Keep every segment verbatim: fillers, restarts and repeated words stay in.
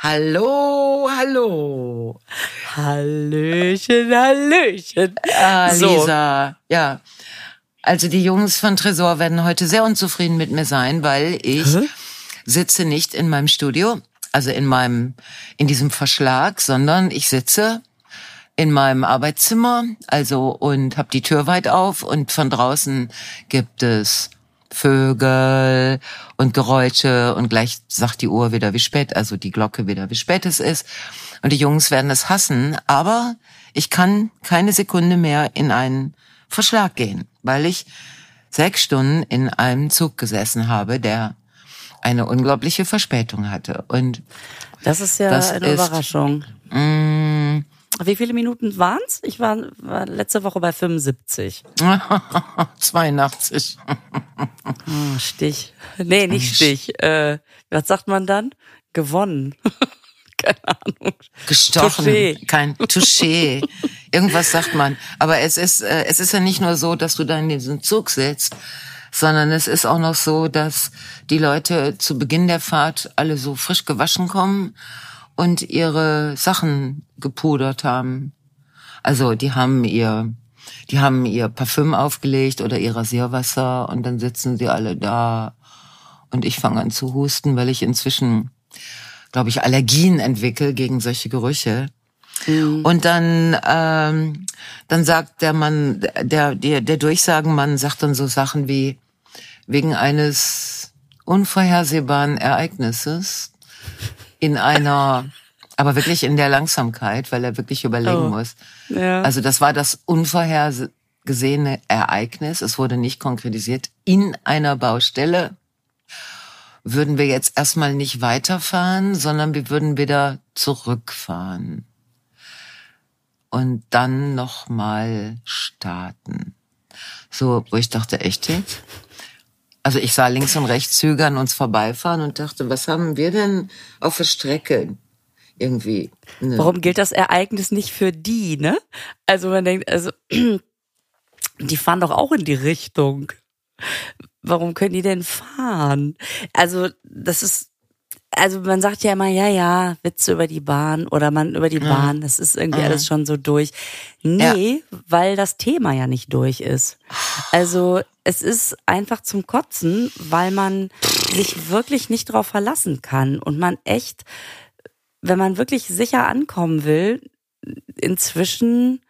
Hallo, hallo. Hallöchen, Hallöchen. Ah, So. Lisa, ja. Also die Jungs von Tresor werden heute sehr unzufrieden mit mir sein, weil ich Hä? sitze nicht in meinem Studio, also in meinem, in diesem Verschlag, sondern ich sitze in meinem Arbeitszimmer, also und habe die Tür weit auf und von draußen gibt es Vögel und Geräusche und gleich sagt die Uhr wieder, wie spät, also die Glocke wieder, wie spät es ist. Und die Jungs werden es hassen, aber ich kann keine Sekunde mehr in einen Verschlag gehen, weil ich sechs Stunden in einem Zug gesessen habe, der eine unglaubliche Verspätung hatte. Und Das ist ja das eine ist, Überraschung. Mm, Wie viele Minuten waren's? Ich war, war letzte Woche bei fünfundsiebzig. zweiundachtzig. Oh, Stich. Nee, nicht Stich. Äh, was sagt man dann? Gewonnen. Keine Ahnung. Gestochen, Touché. kein Touché. Irgendwas sagt man. Aber es ist, äh, es ist ja nicht nur so, dass du da in diesem Zug sitzt, sondern es ist auch noch so, dass die Leute zu Beginn der Fahrt alle so frisch gewaschen kommen und ihre Sachen gepudert haben. Also die haben ihr, die haben ihr Parfüm aufgelegt oder ihr Rasierwasser und dann sitzen sie alle da und ich fange an zu husten, weil ich inzwischen, glaube ich, Allergien entwickle gegen solche Gerüche. Mhm. Und dann, ähm, dann sagt der Mann, der, der, der Durchsagenmann sagt dann so Sachen wie, wegen eines unvorhersehbaren Ereignisses in einer, aber wirklich in der Langsamkeit, weil er wirklich überlegen Oh. muss. Ja. Also das war das unvorhergesehene Ereignis. Es wurde nicht konkretisiert. In einer Baustelle würden wir jetzt erstmal nicht weiterfahren, sondern wir würden wieder zurückfahren. Und dann nochmal starten. So, wo ich dachte, echt jetzt? Also ich sah links und rechts Züge an uns vorbeifahren und dachte, was haben wir denn auf der Strecke? Irgendwie. Ne. Warum gilt das Ereignis nicht für die, ne? Also man denkt, also die fahren doch auch in die Richtung. Warum können die denn fahren? Also das ist, also man sagt ja immer, ja, ja, Witze über die Bahn oder man über die Bahn, das ist irgendwie Mhm. alles schon so durch. Nee, weil das Thema ja nicht durch ist. Also es ist einfach zum Kotzen, weil man sich wirklich nicht drauf verlassen kann und man echt, wenn man wirklich sicher ankommen will, inzwischen,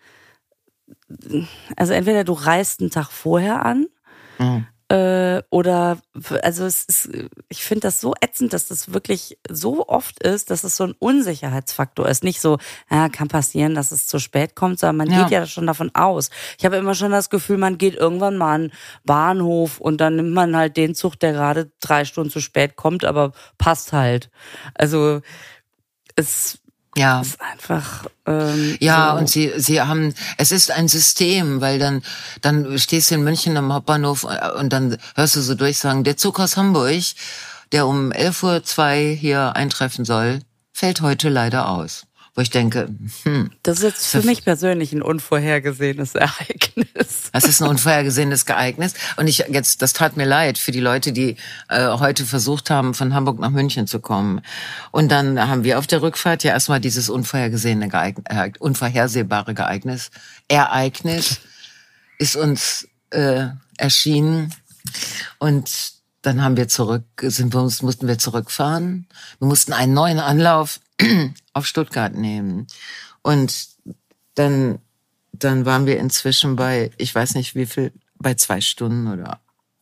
also entweder du reist einen Tag vorher an, Mhm. äh, oder, also es ist, ich finde das so ätzend, dass das wirklich so oft ist, dass es so ein Unsicherheitsfaktor ist. Nicht so, ja, kann passieren, dass es zu spät kommt, sondern man Ja. geht ja schon davon aus. Ich habe immer schon das Gefühl, man geht irgendwann mal an den Bahnhof und dann nimmt man halt den Zug, der gerade drei Stunden zu spät kommt, aber passt halt. Also es Ja. ist einfach ähm, Ja, so. und sie, sie haben, es ist ein System, weil dann, dann stehst du in München am Hauptbahnhof und dann hörst du so durchsagen, der Zug aus Hamburg, der um elf Uhr zwei hier eintreffen soll, fällt heute leider aus. Wo ich denke, hm, Das ist jetzt für mich persönlich ein unvorhergesehenes Ereignis. das ist ein unvorhergesehenes Ereignis. Und ich jetzt, das tat mir leid für die Leute, die äh, heute versucht haben, von Hamburg nach München zu kommen. Und dann haben wir auf der Rückfahrt ja erstmal dieses unvorhergesehene Geeign- äh, unvorhersehbare Ereignis, Ereignis ist uns äh, erschienen. Und dann haben wir zurück, sind wir uns, mussten wir zurückfahren. Wir mussten einen neuen Anlauf auf Stuttgart nehmen. Und dann, dann waren wir inzwischen bei, ich weiß nicht wie viel, bei zwei Stunden oder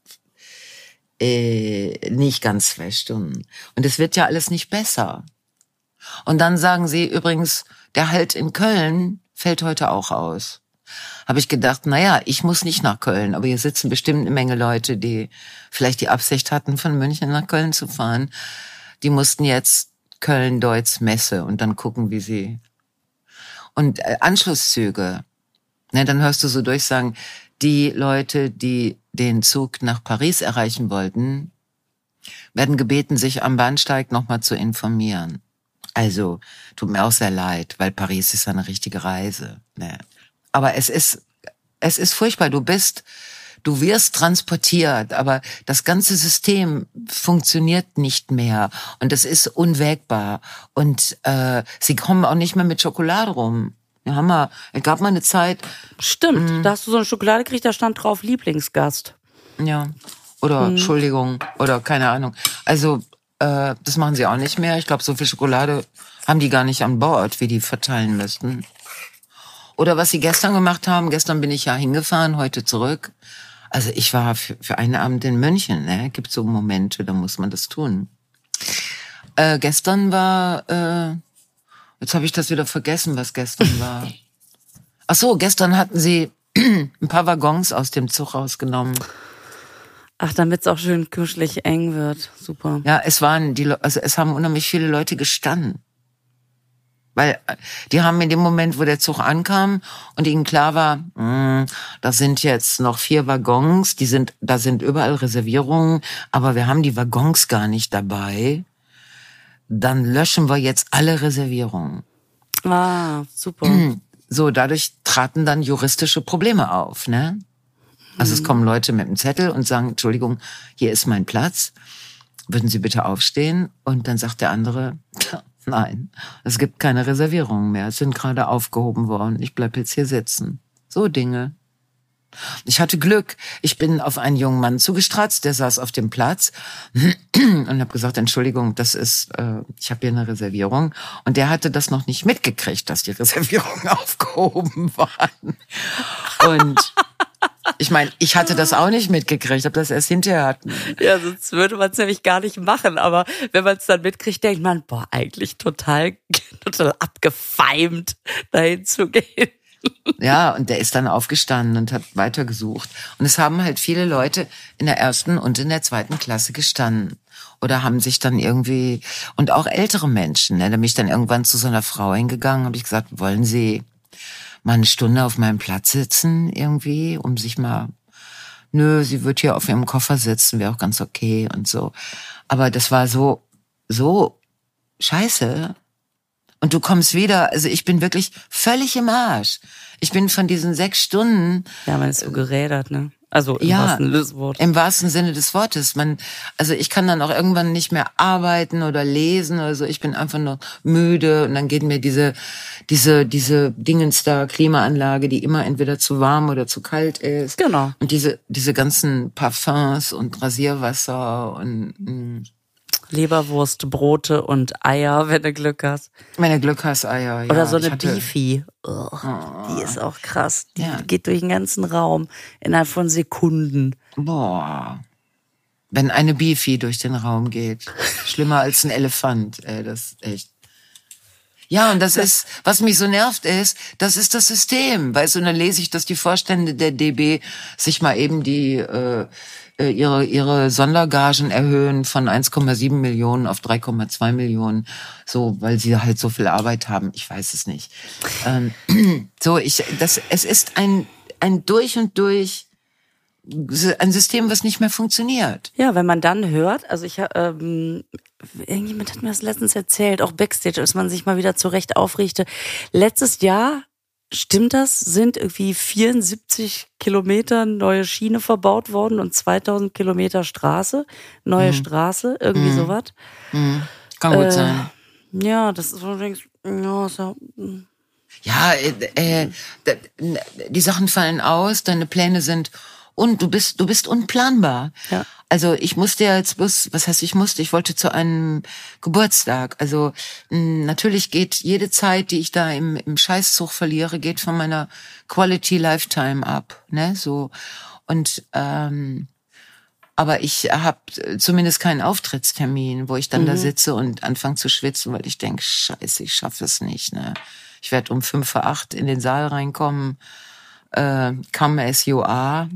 äh, nicht ganz zwei Stunden. Und es wird ja alles nicht besser. Und dann sagen sie übrigens, der Halt in Köln fällt heute auch aus. Habe ich gedacht, naja, ich muss nicht nach Köln, aber hier sitzen bestimmt eine Menge Leute, die vielleicht die Absicht hatten, von München nach Köln zu fahren. Die mussten jetzt Köln-Deutz-Messe und dann gucken, wie sie... Und äh, Anschlusszüge, ne, dann hörst du so durchsagen, die Leute, die den Zug nach Paris erreichen wollten, werden gebeten, sich am Bahnsteig nochmal zu informieren. Also, tut mir auch sehr leid, weil Paris ist eine richtige Reise. Ne. Aber es ist, es ist furchtbar. Du bist, du wirst transportiert, aber das ganze System funktioniert nicht mehr und es ist unwägbar und äh, sie kommen auch nicht mehr mit Schokolade rum. Ja, Hammer. Es gab mal eine Zeit. Stimmt, mh. da hast du so eine Schokolade gekriegt, da stand drauf Lieblingsgast. Ja, oder Hm. Entschuldigung, oder keine Ahnung. Also, äh, das machen sie auch nicht mehr. Ich glaube, so viel Schokolade haben die gar nicht an Bord, wie die verteilen müssten. Oder was sie gestern gemacht haben, gestern bin ich ja hingefahren, heute zurück. Also ich war für, für einen Abend in München, ne? Gibt so Momente, da muss man das tun. Äh, gestern war, äh, jetzt habe ich das wieder vergessen, was gestern war. Ach so, gestern hatten sie ein paar Waggons aus dem Zug rausgenommen. Ach, damit es auch schön kuschelig eng wird. Super. Ja, es waren die, also es haben unheimlich viele Leute gestanden. Weil die haben in dem Moment, wo der Zug ankam und ihnen klar war, mh, das sind jetzt noch vier Waggons, die sind, da sind überall Reservierungen, aber wir haben die Waggons gar nicht dabei, dann löschen wir jetzt alle Reservierungen. Ah, super. So, dadurch traten dann juristische Probleme auf, ne? Also es kommen Leute mit einem Zettel und sagen, Entschuldigung, hier ist mein Platz, würden Sie bitte aufstehen? Und dann sagt der andere, nein, es gibt keine Reservierungen mehr, es sind gerade aufgehoben worden, ich bleib jetzt hier sitzen. So Dinge. Ich hatte Glück, ich bin auf einen jungen Mann zugestratzt, der saß auf dem Platz und habe gesagt, Entschuldigung, das ist, äh, ich habe hier eine Reservierung. Und der hatte das noch nicht mitgekriegt, dass die Reservierungen aufgehoben waren. Und ich meine, ich hatte das auch nicht mitgekriegt, habe das erst hinterher hatten. Ja, sonst würde man es nämlich gar nicht machen. Aber wenn man es dann mitkriegt, denkt man, boah, eigentlich total, total abgefeimt, dahin zu gehen. Ja, und der ist dann aufgestanden und hat weitergesucht. Und es haben halt viele Leute in der ersten und in der zweiten Klasse gestanden. Oder haben sich dann irgendwie, und auch ältere Menschen, ne, da bin ich dann irgendwann zu so einer Frau hingegangen, habe ich gesagt, wollen Sie mal eine Stunde auf meinem Platz sitzen irgendwie, um sich mal, nö, sie wird hier auf ihrem Koffer sitzen, wäre auch ganz okay und so. Aber das war so, so scheiße. Und du kommst wieder, also ich bin wirklich völlig im Arsch. Ich bin von diesen sechs Stunden. Ja, man ist so gerädert, ne? Also im ja, wahrsten Sinne des Wortes. Im wahrsten Sinne des Wortes. Man, also ich kann dann auch irgendwann nicht mehr arbeiten oder lesen oder so. Ich bin einfach nur müde und dann geht mir diese, diese, diese Dingens da, Klimaanlage, die immer entweder zu warm oder zu kalt ist. Genau. Und diese, diese ganzen Parfums und Rasierwasser und, mh. Leberwurst, Brote und Eier, wenn du Glück hast. Wenn du Glück hast, Eier, ja. Oder so eine ich hatte, Beefy. Oh, oh. Die ist auch krass. Die Ja. geht durch den ganzen Raum innerhalb von Sekunden. Boah. Wenn eine Beefy durch den Raum geht. Schlimmer als ein Elefant, ey, das ist echt. Ja, und das ist, was mich so nervt ist, das ist das System. Weißt du, und dann lese ich, dass die Vorstände der D B sich mal eben die, äh, ihre, ihre Sondergagen erhöhen von eins Komma sieben Millionen auf drei Komma zwei Millionen. So, weil sie halt so viel Arbeit haben. Ich weiß es nicht. Ähm, so, ich, das, es ist ein, ein durch und durch, ein System, was nicht mehr funktioniert. Ja, wenn man dann hört, also ich ähm, irgendjemand hat mir das letztens erzählt, auch Backstage, als man sich mal wieder zurecht aufrichte. Letztes Jahr, stimmt das, sind irgendwie vierundsiebzig Kilometer neue Schiene verbaut worden und zweitausend Kilometer Straße, neue mhm. Straße, irgendwie mhm. sowas. Mhm. Kann gut äh, sein. Ja, das ist, wo du denkst, ja, so. Ja, äh, äh, die Sachen fallen aus, deine Pläne sind und du bist, du bist unplanbar. Ja. Also ich musste ja jetzt bloß, was heißt ich musste, ich wollte zu einem Geburtstag. Also mh, natürlich geht jede Zeit, die ich da im, im Scheißzug verliere, geht von meiner Quality Lifetime ab, ne, so. Und ähm, aber ich habe zumindest keinen Auftrittstermin, wo ich dann mhm. da sitze und anfange zu schwitzen, weil ich denke, scheiße, ich schaffe es nicht, ne. Ich werde um fünf vor acht in den Saal reinkommen, äh, come as you are.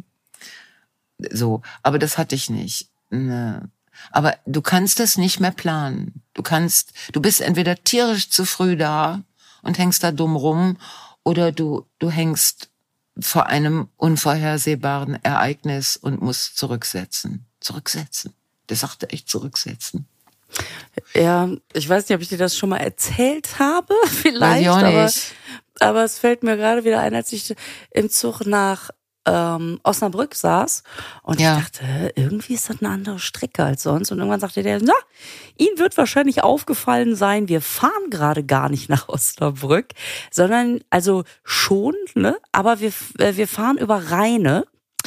So, aber das hatte ich nicht. Ne. Aber du kannst es nicht mehr planen. Du kannst, du bist entweder tierisch zu früh da und hängst da dumm rum, oder du, du hängst vor einem unvorhersehbaren Ereignis und musst zurücksetzen. Zurücksetzen. Der sagte echt zurücksetzen. Ja, ich weiß nicht, ob ich dir das schon mal erzählt habe, vielleicht, weiß ich auch aber, nicht. aber es fällt mir gerade wieder ein, als ich im Zug nach ähm, Osnabrück saß und Ja. ich dachte, hä, irgendwie ist das eine andere Strecke als sonst. Und irgendwann sagte der, na, Ihnen wird wahrscheinlich aufgefallen sein, wir fahren gerade gar nicht nach Osnabrück, sondern also schon, ne, aber wir, äh, wir fahren über Rheine.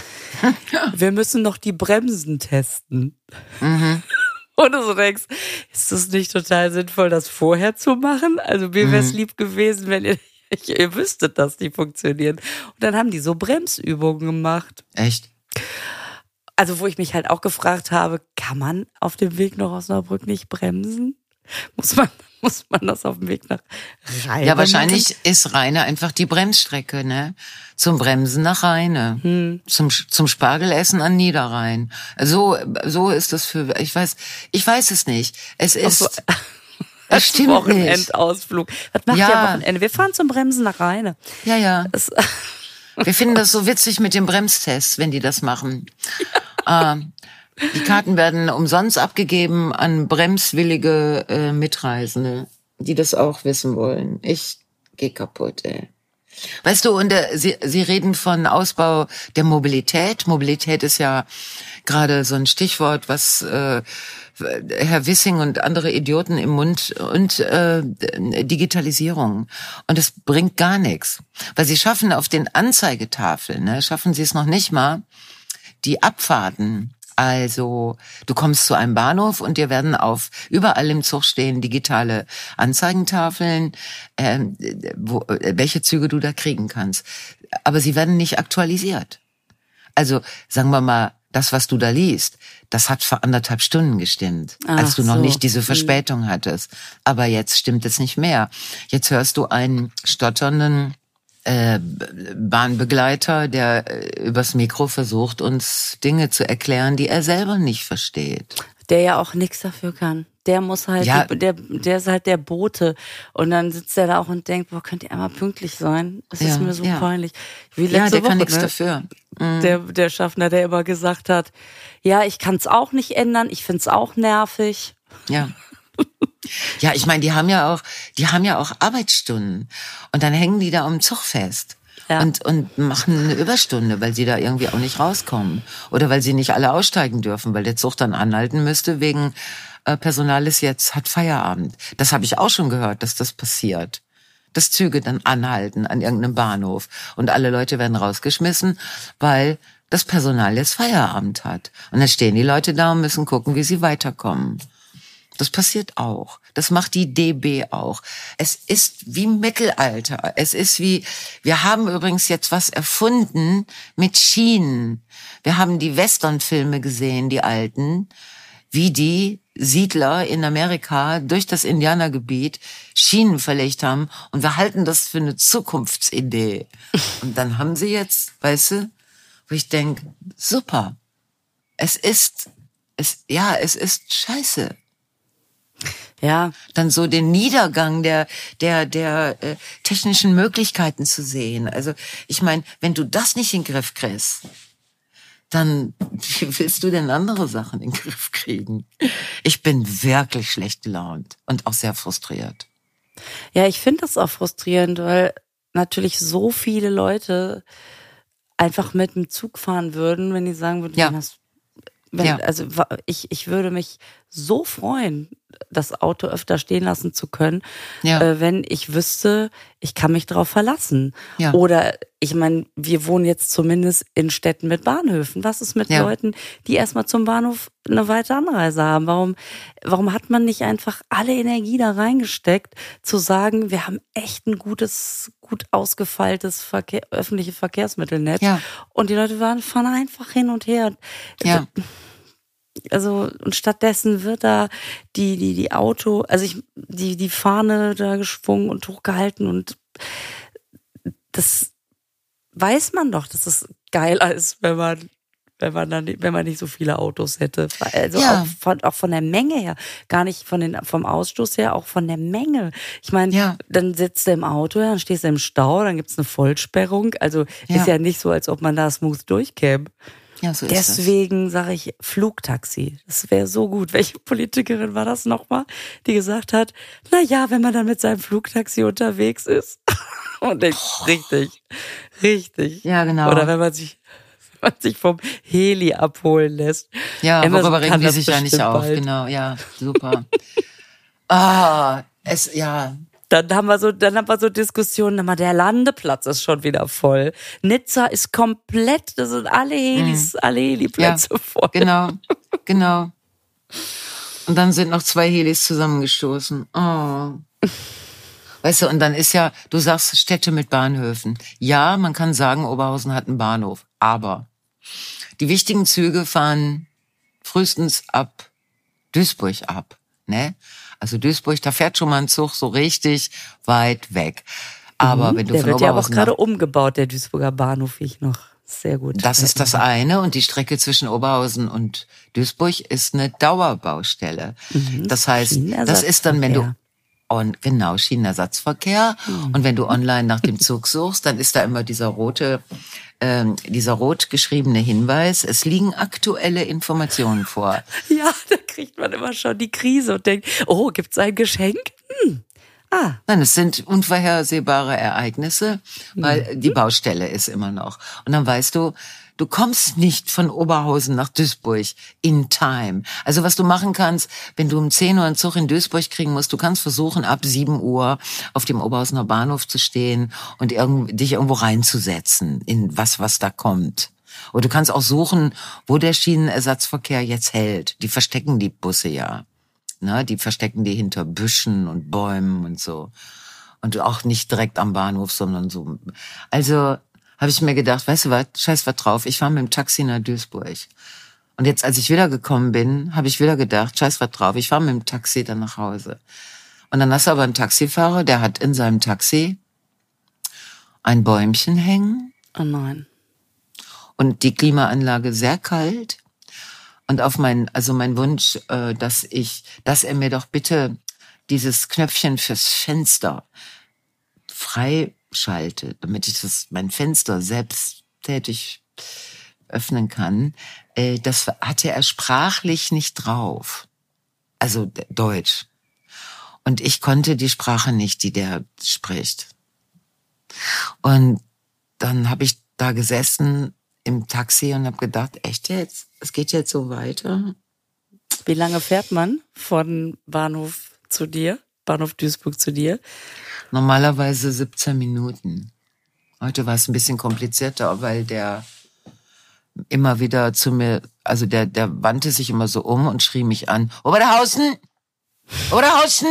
Wir müssen noch die Bremsen testen. Mhm. Und du so denkst, ist das nicht total sinnvoll, das vorher zu machen? Also mir wäre es Mhm. lieb gewesen, wenn ihr, ihr wüsstet, dass die funktionieren. Und dann haben die so Bremsübungen gemacht. Echt? Also wo ich mich halt auch gefragt habe, kann man auf dem Weg nach Osnabrück nicht bremsen? Muss man, muss man das auf dem Weg nach Rheine Ja, wahrscheinlich machen? ist Rheine einfach die Bremsstrecke, ne? Zum Bremsen nach Rheine. Hm. Zum, zum Spargelessen an Niederrhein. So, so ist das für, ich weiß, ich weiß es nicht. Es ist, so, es stimmt nicht. Wochenendausflug. Was macht Ja. ihr am Wochenende? Wir fahren zum Bremsen nach Rheine. Ja, ja. Das, Wir finden das so witzig mit den Bremstests, wenn die das machen. Ähm, die Karten werden umsonst abgegeben an bremswillige äh, Mitreisende, die das auch wissen wollen. Ich geh kaputt, ey. Weißt du, und äh, Sie, Sie reden von Ausbau der Mobilität. Mobilität ist ja gerade so ein Stichwort, was äh, Herr Wissing und andere Idioten im Mund und äh, Digitalisierung. Und es bringt gar nichts. Weil Sie schaffen auf den Anzeigetafeln, ne, schaffen Sie es noch nicht mal, die Abfahrten. Also, du kommst zu einem Bahnhof und dir werden auf überall im Zug stehen digitale Anzeigentafeln, äh, wo, welche Züge du da kriegen kannst. Aber sie werden nicht aktualisiert. Also, sagen wir mal, das, was du da liest, das hat vor anderthalb Stunden gestimmt, Ach als du noch so. nicht diese Verspätung hattest. Aber jetzt stimmt es nicht mehr. Jetzt hörst du einen stotternden äh, Bahnbegleiter, der äh, übers Mikro versucht, uns Dinge zu erklären, die er selber nicht versteht. Der ja auch nichts dafür kann. Der muss halt, Ja. die, der, der ist halt der Bote. Und dann sitzt er da auch und denkt, boah, könnt ihr einmal pünktlich sein? Das Ja, ist mir so ja. peinlich. Wie Ja, letzte der Woche, kann nichts ne? dafür. Mhm. Der, der Schaffner, der immer gesagt hat, ja, ich kann es auch nicht ändern, ich find's auch nervig. Ja. Ja, ich meine, die haben ja auch, die haben ja auch Arbeitsstunden und dann hängen die da am Zug fest. Ja. Und, und machen eine Überstunde, weil sie da irgendwie auch nicht rauskommen. Oder weil sie nicht alle aussteigen dürfen, weil der Zug dann anhalten müsste wegen äh, Personal ist jetzt, hat Feierabend. Das habe ich auch schon gehört, dass das passiert. Dass Züge dann anhalten an irgendeinem Bahnhof und alle Leute werden rausgeschmissen, weil das Personal jetzt Feierabend hat. Und dann stehen die Leute da und müssen gucken, wie sie weiterkommen. Das passiert auch. Das macht die D B auch. Es ist wie Mittelalter. Es ist wie, wir haben übrigens jetzt was erfunden mit Schienen. Wir haben die Westernfilme gesehen, die alten, wie die Siedler in Amerika durch das Indianergebiet Schienen verlegt haben. Und wir halten das für eine Zukunftsidee. Und dann haben sie jetzt, weißt du, wo ich denke, super. Es ist, es, ja, es ist scheiße. Ja, Dann so den Niedergang der der der äh, technischen Möglichkeiten zu sehen. Also ich meine, wenn du das nicht in den Griff kriegst, dann wie willst du denn andere Sachen in den Griff kriegen? Ich bin wirklich schlecht gelaunt und auch sehr frustriert. ja, ich finde das auch frustrierend, weil natürlich so viele Leute einfach mit dem Zug fahren würden, wenn die sagen würden, Ja. das, wenn, Ja. also wa- ich, ich würde mich so freuen, das Auto öfter stehen lassen zu können, Ja. äh, wenn ich wüsste, ich kann mich drauf verlassen. Ja. Oder ich meine, wir wohnen jetzt zumindest in Städten mit Bahnhöfen. Was ist mit Ja. Leuten, die erstmal zum Bahnhof eine weite Anreise haben? Warum, warum hat man nicht einfach alle Energie da reingesteckt, zu sagen, wir haben echt ein gutes, gut ausgefeiltes Verkehr, öffentliche Verkehrsmittelnetz Ja. und die Leute fahren, fahren einfach hin und her. Ja. Also, und stattdessen wird da die, die, die Auto, also ich, die, die Fahne da geschwungen und hochgehalten und das weiß man doch, dass es geiler ist, wenn man, wenn man dann, nicht- wenn man nicht so viele Autos hätte. Also Ja. auch von, auch von der Menge her. Gar nicht von den, vom Ausstoß her, auch von der Menge. Ich meine, Ja. dann sitzt du im Auto, ja, dann stehst du im Stau, dann gibt's eine Vollsperrung. Also Ja. ist ja nicht so, als ob man da smooth durchkäme. Ja, so ist es. Deswegen sage ich Flugtaxi. Das wäre so gut. Welche Politikerin war das nochmal, die gesagt hat, na ja, wenn man dann mit seinem Flugtaxi unterwegs ist. Und denkt, richtig, richtig. Ja, genau. Oder wenn man sich, wenn man sich vom Heli abholen lässt. Ja, Amazon worüber regen kann die das sich ja nicht bestimmt auf. bald. Genau, ja, super. ah, es, ja. Dann haben wir so, dann haben wir so Diskussionen, aber der Landeplatz ist schon wieder voll. Nizza ist komplett, da sind alle Helis, mm. alle Heliplätze ja, voll. Genau, genau. Und dann sind noch zwei Helis zusammengestoßen. Oh. Weißt du, und dann ist ja, du sagst Städte mit Bahnhöfen. Ja, man kann sagen, Oberhausen hat einen Bahnhof. Aber die wichtigen Züge fahren frühestens ab Duisburg ab, ne? Also Duisburg, da fährt schon mal ein Zug so richtig weit weg. Aber mhm, wenn du der von wird ja aber auch Oberhausen gerade nach, umgebaut, der Duisburger Bahnhof, wie ich noch sehr gut. das ist das eine. Und die Strecke zwischen Oberhausen und Duisburg ist eine Dauerbaustelle. Mhm, das heißt, das ist dann, wenn du Und genau, Schienenersatzverkehr. Mhm. Und wenn du online nach dem Zug suchst, dann ist da immer dieser rote, ähm, dieser rot geschriebene Hinweis, es liegen aktuelle Informationen vor. Ja, da kriegt man immer schon die Krise und denkt, oh, gibt's ein Geschenk? Hm. Ah. Nein, es sind unvorhersehbare Ereignisse, weil mhm. die Baustelle ist immer noch. Und dann weißt du, du kommst nicht von Oberhausen nach Duisburg in time. Also was du machen kannst, wenn du um zehn Uhr einen Zug in Duisburg kriegen musst, du kannst versuchen, ab sieben Uhr auf dem Oberhausener Bahnhof zu stehen und irgend, dich irgendwo reinzusetzen in was, was da kommt. Oder du kannst auch suchen, wo der Schienenersatzverkehr jetzt hält. Die verstecken die Busse ja. Na, die verstecken die hinter Büschen und Bäumen und so. Und auch nicht direkt am Bahnhof, sondern so. Also habe ich mir gedacht, weißt du was, scheiß was drauf, ich fahre mit dem Taxi nach Duisburg. Und jetzt, als ich wiedergekommen bin, habe ich wieder gedacht, scheiß was drauf, ich fahre mit dem Taxi dann nach Hause. Und dann hast du aber einen Taxifahrer, der hat in seinem Taxi ein Bäumchen hängen. Oh nein. Und die Klimaanlage sehr kalt. Und auf mein, also mein Wunsch, äh, dass ich, dass er mir doch bitte dieses Knöpfchen fürs Fenster freischalte, damit ich das, mein Fenster selbsttätig öffnen kann, äh, das hatte er sprachlich nicht drauf. Also Deutsch. Und ich konnte die Sprache nicht, die der spricht. Und dann habe ich da gesessen im Taxi und habe gedacht, echt jetzt? Es geht jetzt so weiter? Wie lange fährt man von Bahnhof zu dir, Bahnhof Duisburg zu dir? Normalerweise siebzehn Minuten. Heute war es ein bisschen komplizierter, weil der immer wieder zu mir, also der, der wandte sich immer so um und schrie mich an, Oberhausen! Oberhausen!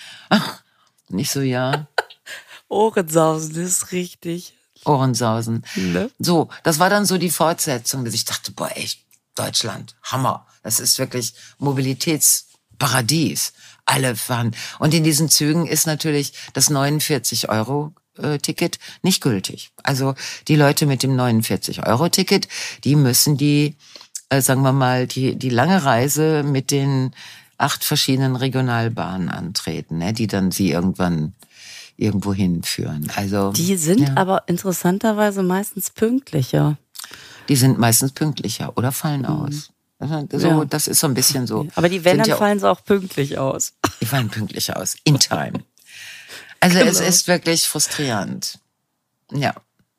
Und ich so, ja. Ohrensausen ist richtig. Ohrensausen. Ne? So, das war dann so die Fortsetzung, dass ich dachte, boah, echt, Deutschland, Hammer. Das ist wirklich Mobilitätsparadies. Alle fahren. Und in diesen Zügen ist natürlich das neunundvierzig Euro Ticket nicht gültig. Also die Leute mit dem neunundvierzig Euro Ticket, die müssen die, äh, sagen wir mal, die, die lange Reise mit den acht verschiedenen Regionalbahnen antreten, ne, die dann sie irgendwann irgendwo hinführen. Also die sind ja. aber interessanterweise meistens pünktlicher. Die sind meistens pünktlicher oder fallen aus. So, ja. Das ist so ein bisschen so. Aber die, wenn, dann ja fallen sie auch pünktlich aus. Die fallen pünktlich aus. In time. Also genau. Es ist wirklich frustrierend. Ja.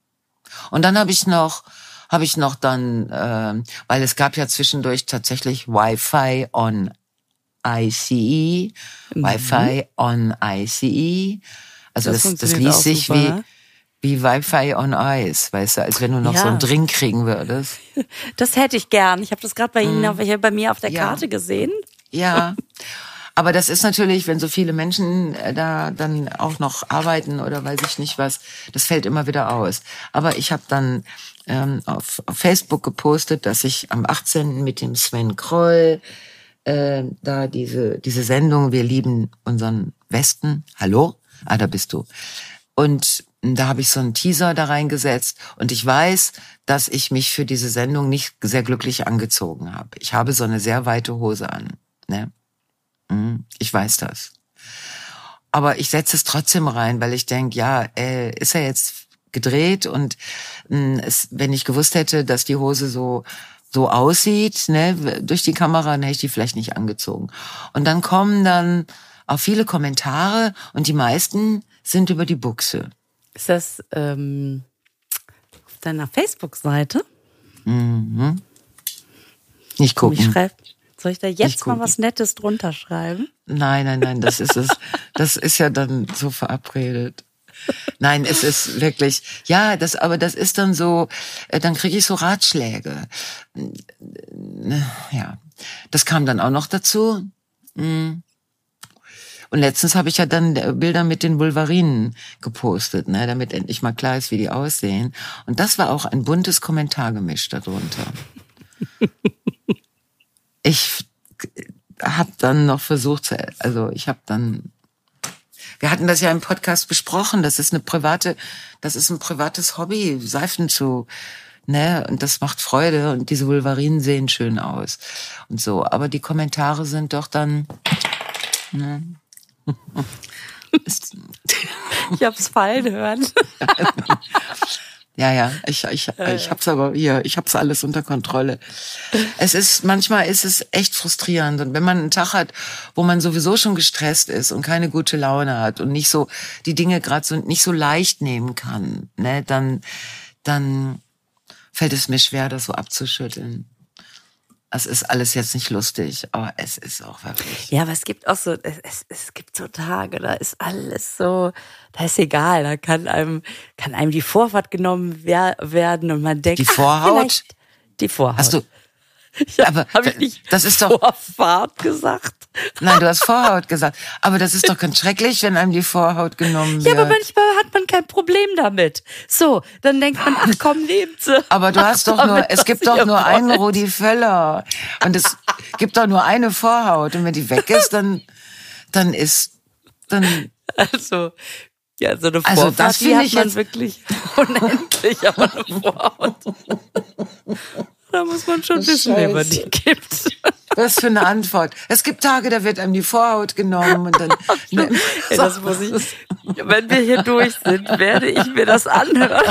Und dann habe ich noch, habe ich noch dann, äh, weil es gab ja zwischendurch tatsächlich Wi-Fi on I C E, mhm. Wi-Fi on I C E. Also das, das, das liest sich wie, wie Wi-Fi on Ice, weißt du, als wenn du noch ja. so einen Drink kriegen würdest. Das hätte ich gern. Ich habe das gerade bei Ihnen, auf, bei mir auf der ja. Karte gesehen. Ja, aber das ist natürlich, wenn so viele Menschen da dann auch noch arbeiten oder weiß ich nicht was, das fällt immer wieder aus. Aber ich habe dann ähm, auf, auf Facebook gepostet, dass ich am achtzehnten mit dem Sven Kroll äh, da diese diese Sendung Wir lieben unseren Westen. Hallo? Ah, da bist du. Und da habe ich so einen Teaser da reingesetzt und ich weiß, dass ich mich für diese Sendung nicht sehr glücklich angezogen habe. Ich habe so eine sehr weite Hose an, ne? Ich weiß das. Aber ich setze es trotzdem rein, weil ich denke, ja, äh, ist er jetzt gedreht und mh, es, wenn ich gewusst hätte, dass die Hose so so aussieht, ne, durch die Kamera, dann hätte ich die vielleicht nicht angezogen. Und dann kommen dann auch viele Kommentare und die meisten sind über die Buchse. Ist das ähm, auf deiner Facebook-Seite? Mhm. Nicht gucken. Ich schreib, soll ich da jetzt mal was Nettes drunter schreiben? Nein, nein, nein, das ist es. Das ist ja dann so verabredet. Nein, es ist wirklich, ja, das, aber das ist dann so, dann kriege ich so Ratschläge. Ja, das kam dann auch noch dazu. Und letztens habe ich ja dann Bilder mit den Wolverinen gepostet, ne, damit endlich mal klar ist, wie die aussehen. Und das war auch ein buntes Kommentargemisch darunter. Ich habe dann noch versucht, zu, also ich habe dann, wir hatten das ja im Podcast besprochen, das ist eine private, das ist ein privates Hobby, Seifen zu, ne, und das macht Freude und diese Wolverinen sehen schön aus und so. Aber die Kommentare sind doch dann, ne. Ich hab's fallen hören. Ja, ja, ich ich ich hab's aber hier, ich hab's alles unter Kontrolle. Es ist manchmal ist es echt frustrierend und wenn man einen Tag hat, wo man sowieso schon gestresst ist und keine gute Laune hat und nicht so die Dinge gerade so nicht so leicht nehmen kann, ne, dann dann fällt es mir schwer, das so abzuschütteln. Es ist alles jetzt nicht lustig, aber es ist auch wirklich. Ja, aber es gibt auch so, es, es gibt so Tage, da ist alles so, da ist egal, da kann einem, kann einem die Vorfahrt genommen wer, werden und man denkt, die Vorhaut? Ach, die Vorhaut. Hast du? Ja, aber habe ich nicht das ist doch Vorfahrt gesagt? Nein, du hast Vorhaut gesagt. Aber das ist doch ganz schrecklich, wenn einem die Vorhaut genommen wird. Ja, aber manchmal hat man kein Problem damit. So, dann denkt man, ach komm, nehmt sie. Aber du hast doch nur, es gibt doch nur einen Rudi Völler. Und es gibt doch nur eine Vorhaut. Und wenn die weg ist, dann, dann ist, dann. Also, ja, so eine Vorhaut, also das die hat ich man jetzt wirklich unendlich, aber eine Vorhaut. Da muss man schon wissen, wie man die gibt. Was für eine Antwort. Es gibt Tage, da wird einem die Vorhaut genommen und dann. Ne, ja, das muss ich. Wenn wir hier durch sind, werde ich mir das anhören.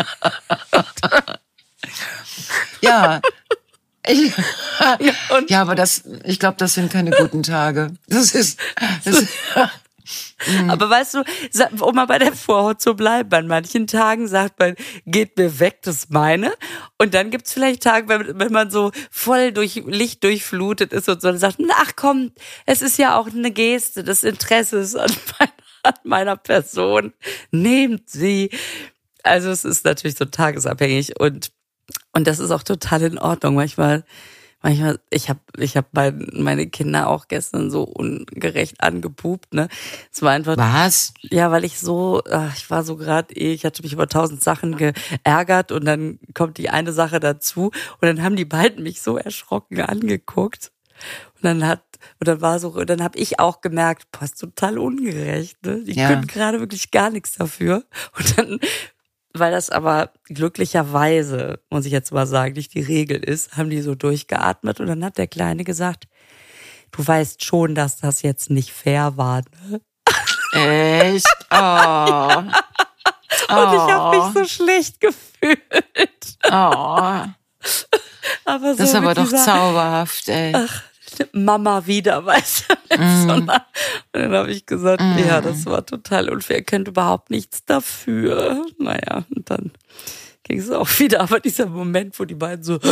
Ja. Ich, ja, und ja, aber das, ich glaube, das sind keine guten Tage. Das ist. Das ist aber weißt du, um mal bei der Vorhaut zu bleiben, an manchen Tagen sagt man, geht mir weg, das ist meine. Und dann gibt's vielleicht Tage, wenn, wenn man so voll durch Licht durchflutet ist und so, dann sagt man, ach komm, es ist ja auch eine Geste des Interesses an meiner, an meiner Person. Nehmt sie. Also es ist natürlich so tagesabhängig und, und das ist auch total in Ordnung. Manchmal Manchmal, ich habe ich hab meine Kinder auch gestern so ungerecht angepupt, ne? Es war einfach. Was? Ja, weil ich so, ach, ich war so gerade eh, ich hatte mich über tausend Sachen geärgert und dann kommt die eine Sache dazu und dann haben die beiden mich so erschrocken angeguckt und dann hat und dann war so, und dann habe ich auch gemerkt, boah, ist total ungerecht, ne? Die ja. können gerade wirklich gar nichts dafür und dann. Weil das aber glücklicherweise, muss ich jetzt mal sagen, nicht die Regel ist, haben die so durchgeatmet und dann hat der Kleine gesagt, du weißt schon, dass das jetzt nicht fair war, ne? Echt? Oh. Ja. Und oh. ich habe mich so schlecht gefühlt. Oh. Aber so das ist aber doch dieser, zauberhaft, ey. Ach, Mama wieder, weißt du. Mm. So, und dann habe ich gesagt, mm. ja, das war total unfair, ihr könnt überhaupt nichts dafür. Naja, und dann ging es auch wieder. Aber dieser Moment, wo die beiden so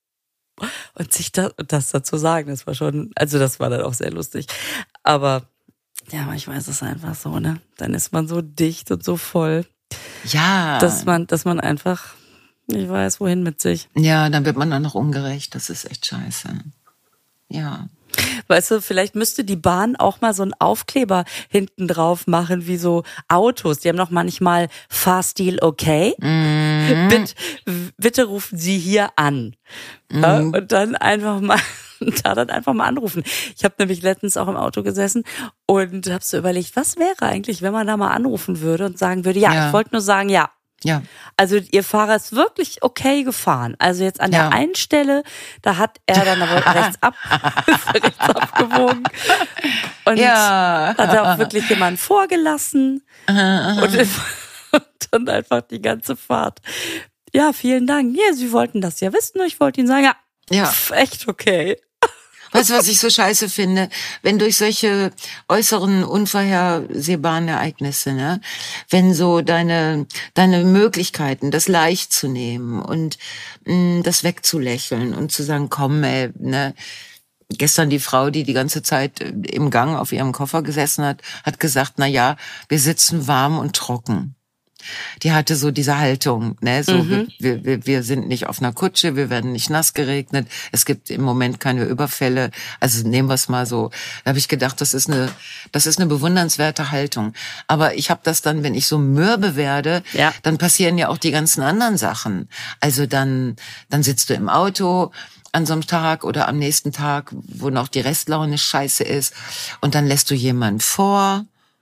und sich das, das dazu sagen, das war schon, also das war dann auch sehr lustig. Aber ja, manchmal ist es einfach so, ne? Dann ist man so dicht und so voll. Ja. Dass man, dass man einfach nicht weiß, wohin mit sich. Ja, dann wird man dann noch ungerecht. Das ist echt scheiße. Ja. Weißt du, vielleicht müsste die Bahn auch mal so einen Aufkleber hinten drauf machen, wie so Autos. Die haben noch manchmal Fahrstil okay. Mhm. Bitte, bitte rufen Sie hier an. Mhm. Ja, und dann einfach mal, da dann einfach mal anrufen. Ich habe nämlich letztens auch im Auto gesessen und habe so überlegt, was wäre eigentlich, wenn man da mal anrufen würde und sagen würde, ja, ja. ich wollte nur sagen, ja. Ja. Also Ihr Fahrer ist wirklich okay gefahren. Also jetzt an der ja. einen Stelle, da hat er dann aber rechts, ab, rechts abgewogen und ja. hat er auch wirklich jemanden vorgelassen und, und dann einfach die ganze Fahrt. Ja, vielen Dank. Ja, Sie wollten das ja wissen. Ich wollte Ihnen sagen, ja, ja. pf, echt okay. Weißt du, was ich so scheiße finde? Wenn durch solche äußeren, unvorhersehbaren Ereignisse, ne, wenn so deine, deine Möglichkeiten, das leicht zu nehmen und mh, das wegzulächeln und zu sagen, komm, ey, ne, gestern die Frau, die die ganze Zeit im Gang auf ihrem Koffer gesessen hat, hat gesagt, na ja, wir sitzen warm und trocken. Die hatte so diese Haltung, ne, so mhm. wir, wir, wir sind nicht auf einer Kutsche, wir werden nicht nass geregnet, es gibt im Moment keine Überfälle, also nehmen wir es mal so. Da habe ich gedacht, das ist eine, das ist eine bewundernswerte Haltung. Aber ich habe das dann, wenn ich so mürbe werde, ja. dann passieren ja auch die ganzen anderen Sachen. Also dann, dann sitzt du im Auto an so einem Tag oder am nächsten Tag, wo noch die Restlaune scheiße ist, und dann lässt du jemanden vor.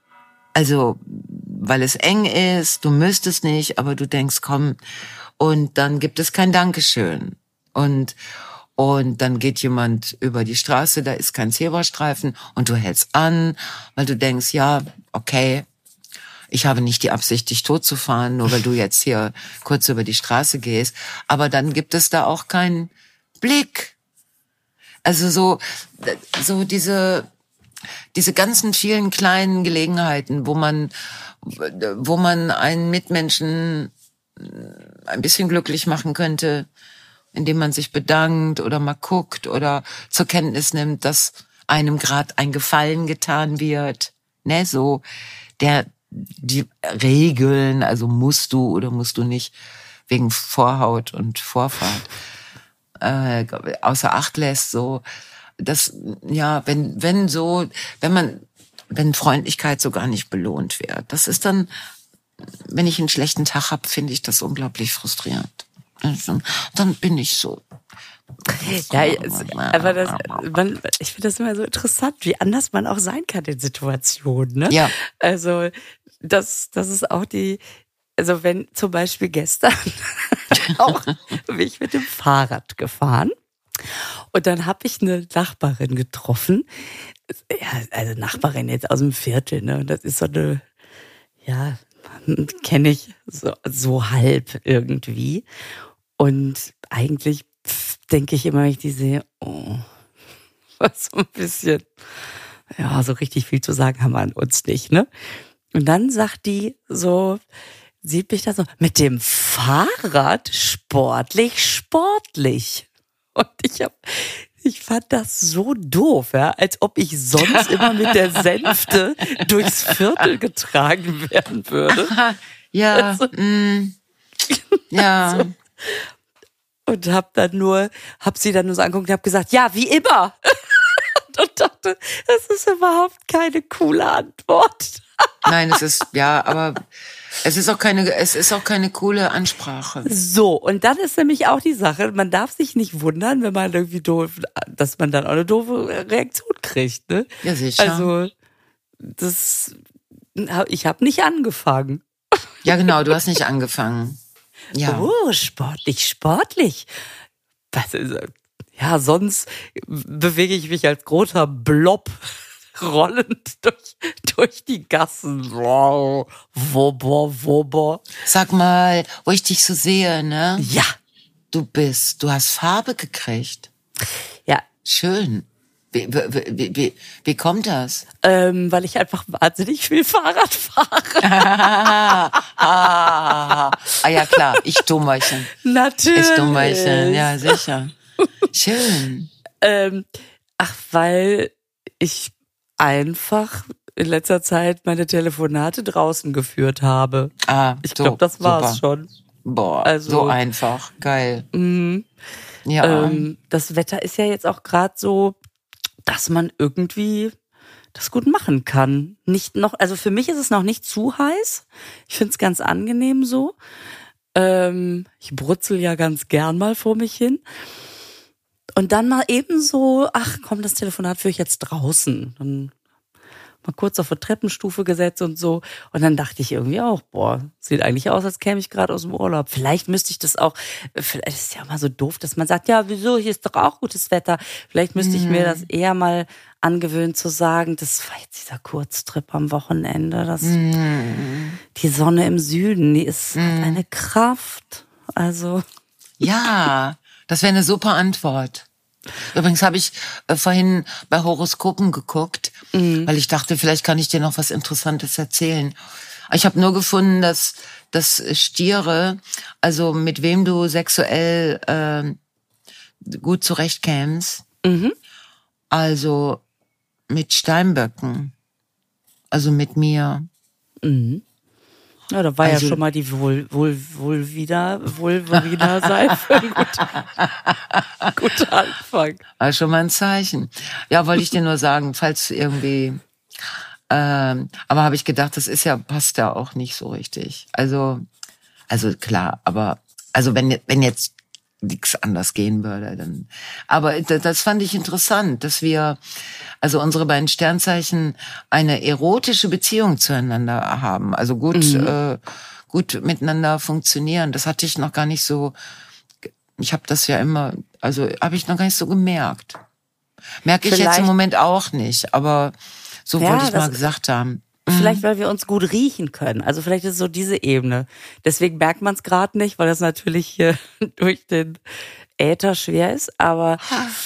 Also, weil es eng ist, du müsstest nicht, aber du denkst, komm, und dann gibt es kein Dankeschön. Und, und dann geht jemand über die Straße, da ist kein Zebrastreifen und du hältst an, weil du denkst, ja, okay, ich habe nicht die Absicht, dich totzufahren, nur weil du jetzt hier kurz über die Straße gehst. Aber dann gibt es da auch keinen Blick. Also so, so diese, diese ganzen vielen kleinen Gelegenheiten, wo man, wo man einen Mitmenschen ein bisschen glücklich machen könnte, indem man sich bedankt oder mal guckt oder zur Kenntnis nimmt, dass einem gerade ein Gefallen getan wird. Ne, so, der, die Regeln, also musst du oder musst du nicht, wegen Vorhaut und Vorfahrt, äh, außer Acht lässt, so. Das, ja, wenn, wenn so, wenn man, wenn Freundlichkeit so gar nicht belohnt wird, das ist dann, wenn ich einen schlechten Tag habe, finde ich das unglaublich frustrierend. Dann bin ich so. Ja, aber das, man, ich finde das immer so interessant, wie anders man auch sein kann in Situationen, ne? Ja. Also, das, das ist auch die, also wenn zum Beispiel gestern auch bin ich mit dem Fahrrad gefahren. Und dann habe ich eine Nachbarin getroffen, ja, also Nachbarin jetzt aus dem Viertel, ne? Das ist so eine, ja, kenne ich so, so halb irgendwie. Und eigentlich denke ich immer, wenn ich die sehe, oh, was so ein bisschen, ja, so richtig viel zu sagen haben wir an uns nicht, ne? Und dann sagt die so, sieht mich da so, mit dem Fahrrad sportlich, sportlich. Und ich hab, ich fand das so doof, ja, als ob ich sonst immer mit der Sänfte durchs Viertel getragen werden würde. Ja, also, mm, ja. Also, und hab dann nur, hab sie dann nur so angeguckt und hab gesagt, ja, wie immer. Und dachte, das ist überhaupt keine coole Antwort. Nein, es ist, ja, aber es ist auch keine, es ist auch keine coole Ansprache. So, und dann ist nämlich auch die Sache, man darf sich nicht wundern, wenn man irgendwie doof, dass man dann auch eine doofe Reaktion kriegt, ne? Ja, sicher. Also, das, ich habe nicht angefangen. Ja, genau, du hast nicht angefangen. Ja. Oh, sportlich, sportlich. Was ist, ja, sonst bewege ich mich als großer Blob rollend durch, durch die Gassen. Wow, wobber, wobber. Sag mal, wo ich dich so sehe, ne? Ja. Du bist, du hast Farbe gekriegt. Ja. Schön. Wie, wie, wie, wie kommt das? Ähm, weil ich einfach wahnsinnig viel Fahrrad fahre. ah, ah, ah, ja klar, ich Dummerchen. Natürlich. Ich Dummerchen, ja sicher. Schön. Ähm, ach, weil ich einfach in letzter Zeit meine Telefonate draußen geführt habe. Ah, ich so, glaube, das war's super. schon. Boah, also, so einfach, geil. Mh, ja. Ähm, das Wetter ist ja jetzt auch gerade so, dass man irgendwie das gut machen kann. Nicht noch, also für mich ist es noch nicht zu heiß. Ich finde es ganz angenehm so. Ähm, ich brutzel ja ganz gern mal vor mich hin. Und dann mal eben so, ach komm, das Telefonat führe ich jetzt draußen. Dann mal kurz auf eine Treppenstufe gesetzt und so. Und dann dachte ich irgendwie auch, boah, sieht eigentlich aus, als käme ich gerade aus dem Urlaub. Vielleicht müsste ich das auch, vielleicht ist es ja mal so doof, dass man sagt, ja, wieso, hier ist doch auch gutes Wetter. Vielleicht müsste ich mir das eher mal angewöhnen zu sagen, das war jetzt dieser Kurztrip am Wochenende. Das, mm. Die Sonne im Süden, die ist mm. hat eine Kraft. Also. Ja, das wäre eine super Antwort. Übrigens habe ich äh, vorhin bei Horoskopen geguckt, mhm. weil ich dachte, vielleicht kann ich dir noch was Interessantes erzählen. Ich habe nur gefunden, dass, dass Stiere, also mit wem du sexuell äh, gut zurechtkämst, mhm. also mit Steinböcken, also mit mir. Mhm. Ja, da war also, ja schon mal die wohl wohl wohl wieder wohl wieder Seife. Gut, guter Anfang. Also schon mal ein Zeichen. Ja, wollte ich dir nur sagen, falls irgendwie. Ähm, aber habe ich gedacht, das ist ja passt ja auch nicht so richtig. Also also klar, aber also wenn wenn jetzt nichts anders gehen würde, dann. Aber das fand ich interessant, dass wir, also unsere beiden Sternzeichen, eine erotische Beziehung zueinander haben, also gut, mhm. äh, gut miteinander funktionieren. Das hatte ich noch gar nicht so. Ich habe das ja immer, also habe ich noch gar nicht so gemerkt. Merke ich Vielleicht. jetzt im Moment auch nicht, aber so ja, wollte ich mal gesagt haben. Vielleicht, weil wir uns gut riechen können. Also vielleicht ist es so diese Ebene. Deswegen merkt man es gerade nicht, weil das natürlich hier durch den Äther schwer ist. Aber